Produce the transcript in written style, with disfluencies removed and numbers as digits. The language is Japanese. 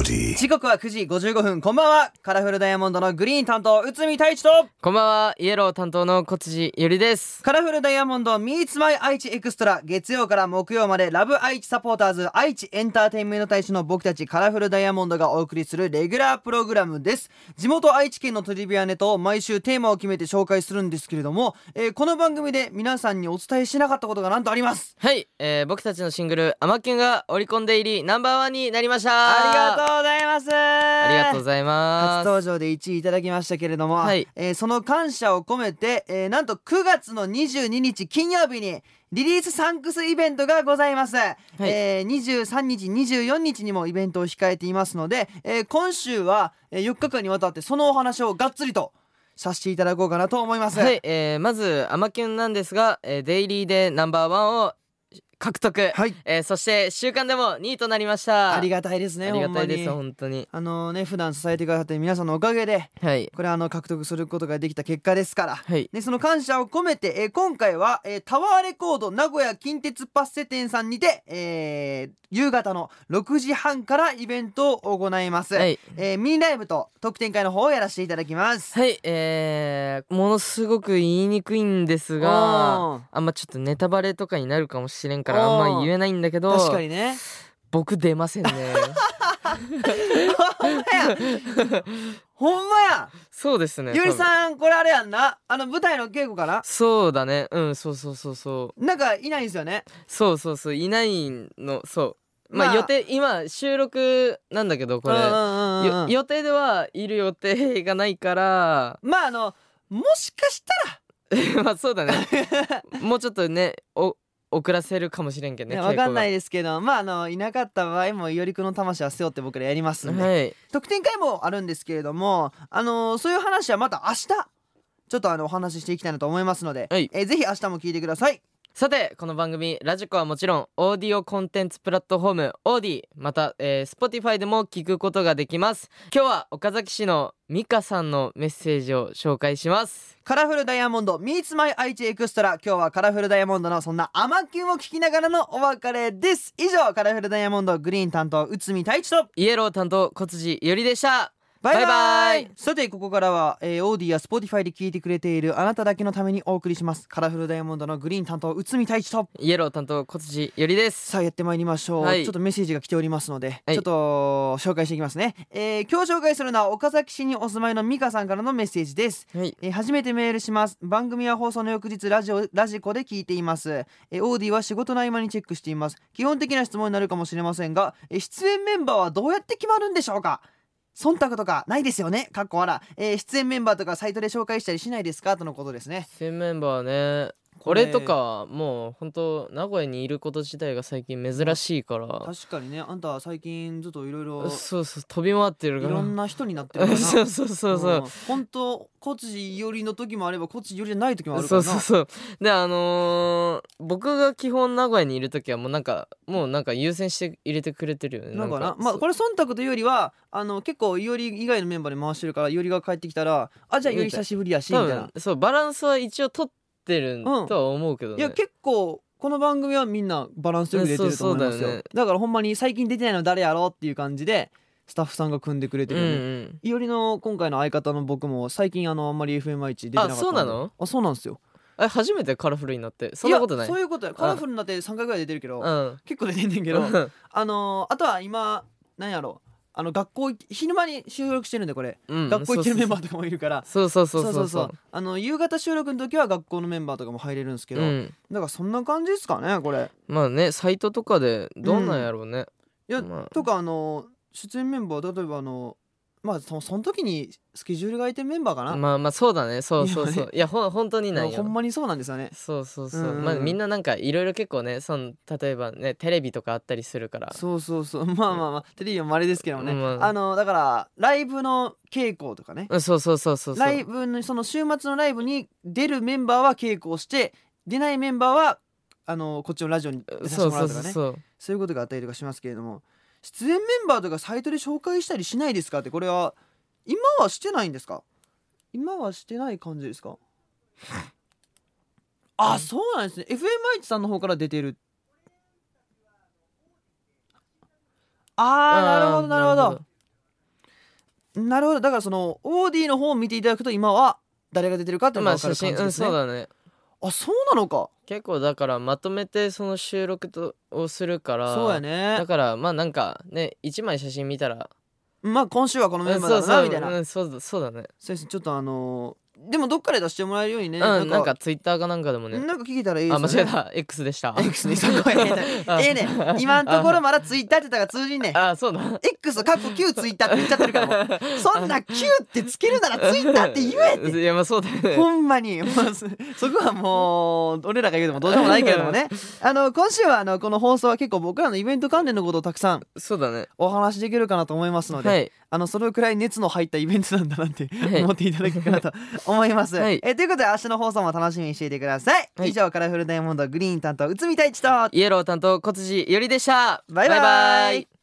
時刻は9時55分。こんばんは。カラフルダイヤモンドのグリーン担当内海太一と、 こんばんは、イエロー担当の小辻ゆりです。 カラフルダイヤモンド Meets My 愛知エクストラ、月曜から木曜までラブ愛知サポーターズ愛知エンターテインメント大使の僕たちカラフルダイヤモンドがお送りするレギュラープログラムです。地元愛知県のトリビアネタを毎週テーマを決めて紹介するんですけれども、この番組で皆さんにお伝えしなかったことがなんとあります。 はい、僕たちのシングルアマキュンがオリコンデイリーナンバーワンになりました。 ありがとうございます。 ありがとうございます。 初登場で1位いただきましたけれども、 はい、 その感謝を込めて、なんと9月の22日金曜日にリリースサンクスイベントがございます、23日24日にもイベントを控えていますので、今週は4日間にわたってそのお話をがっつりとさせていただこうかなと思います。 はい、まずアマキュンなんですが、デイリーでナンバーワンを獲得、 はい、 そして週間でも2位となりました。 ありがたいですね。 ありがたいですほんまに本当に。 普段支えてくださって皆さんのおかげで、 はい、 これ獲得することができた結果ですから、 はい、 その感謝を込めて、今回は、タワーレコード名古屋近鉄パッセ店さんにて、夕方の6時半からイベントを行います、 はい、 ミニライブと特典会の方をやらせていただきます。 はい、ものすごく言いにくいんですが、あんまちょっとネタバレとかになるかもしれんからあんま言えないんだけど、 確かにね、 僕出ませんね。 ほんまやほんまや。 そうですね。 ゆりさんこれあれやんな、舞台の稽古かな。 そうだね、うん、そうそうそうそう、 なんかいないんですよね。 そうそうそう、いないの。そうまあ予定、今収録なんだけどこれ、予定ではいる予定がないから、 まあもしかしたらまあそうだねもうちょっとね遅らせるかもしれんけどね、 分かんないでですけど、いなかった場合もいおりくんの魂は背負って僕らやりますんで、 はい、 特典会もあるんですけれども、そういう話はまた明日ちょっとお話ししていきたいなと思いますので、 はい、 ぜひ明日も聞いてください。 さてこの番組ラジコはもちろんオーディオコンテンツプラットフォームオーディまた、Spotify でも聞くことができます。今日は岡崎市のミカさんのメッセージを紹介します。 カラフルダイヤモンド Meets My 愛知エクストラ、今日はカラフルダイヤモンドのそんなアマキュンを聞きながらのお別れです。以上、カラフルダイヤモンドグリーン担当内海太一とイエロー担当小辻ゆりでした。 バイバイ。 バイバイ。 さてここからは、オーディや Spotify で聞いてくれているあなただけのためにお送りします。カラフルダイヤモンドのグリーン担当内海太一とイエロー担当小辻ゆりです。 さあやってまいりましょう、 はい、 ちょっとメッセージが来ておりますので、 はい、 ちょっと紹介していきますね。今日紹介するのは岡崎市にお住まいのミカさんからのメッセージです。 はい、 初めてメールします。番組は放送の翌日ラジコで聞いています。オーディは仕事の合間にチェックしています。基本的な質問になるかもしれませんが、出演メンバーはどうやって決まるんでしょうか。忖度とかないですよね。かっこ笑。出演メンバーとかサイトで紹介したりしないですかとのことですね。 出演メンバーね、俺とかもう本当名古屋にいること自体が最近珍しいから、 確かにね、あんた最近ずっといろいろそうそう飛び回ってるからいろんな人になってるからなそうそうそうそう、 本当コチ寄りの時もあればコチ寄りじゃない時もあるからな。 そうそうそうで僕が基本名古屋にいる時はもうなんか優先して入れてくれてるよね。 なんかな、これ忖度というよりは結構いおり以外のメンバーで回してるから、いおりが帰ってきたらじゃあいおり久しぶりやしみたいな。 そうバランスは一応取ってるとは思うけどね、 いや結構この番組はみんなバランスよく出てると思いますよ。だからほんまに最近出てないの誰やろうっていう感じでスタッフさんが組んでくれてるよね。いおりの今回の相方の僕も最近あんまり FMI1 出てなかったんで。 そうなの？ そうなんですよ。 初めてカラフルになって。そんなことない。 そういうことや。カラフルになって3回ぐらい出てるけど、結構出てんねんけどあとは今何やろう、学校昼間に収録してるんでこれ、学校行ってるメンバーとかもいるから、そう夕方収録の時は学校のメンバーとかも入れるんですけど、だからそんな感じですかねこれ。 まあね、サイトとかでどんなんやろうね。 いや、とか出演メンバー例えばその時にスケジュールが空いてるメンバーかな。 まあそうだね。そういや本当にないよ。 ほんまにそうなんですよね。 そうみんななんかいろいろ結構ね、例えばねテレビとかあったりするから。 そうテレビもあれですけどね、だからライブの稽古とかね、 そうライブのその週末のライブに出るメンバーは稽古をして、出ないメンバーはこっちのラジオに出させてもらうとかね、そういうことがあったりとかしますけれども、出演メンバーとかサイトで紹介したりしないですかって、これは今はしてないんですか？今はしてない感じですか？そうなんですね。 FMI さんの方から出てる。なるほど。 なるほど。だからそのオーディの方を見ていただくと今は誰が出てるかっていうのが分かる感じですね。 そうだね。 あ、そうなのか。 結構だからまとめてその収録をするから、 そうやね。 だからまあなんかね1枚写真見たらまあ今週はこのメンバーだなみたいな。 そうだね。そうですちょっとでもどっかで出してもらえるようにね、 なんかツイッターかなんかでもね、 なんか聞けたらいいですよね。 間違えた X でした。 X にそこへね今のところまだツイッターって言ったら通じんねん。 そうだ X 過去旧ツイッターって言っちゃってるからもうそんな旧ってつけるならツイッターって言えっていやまあそうだよね。 ほんまに、そこはもう俺らが言うでもどうでもないけれどもね今週はこの放送は結構僕らのイベント関連のことをたくさんそうだねお話できるかなと思いますので、 はいそれくらい熱の入ったイベントなんだなってはい思っていただけたらと思います、 はいということで明日の放送も楽しみにしていてください、 はい以上カラフルダイヤモンドグリーン担当内海太一とイエロー担当小辻よりでした。 バイバイ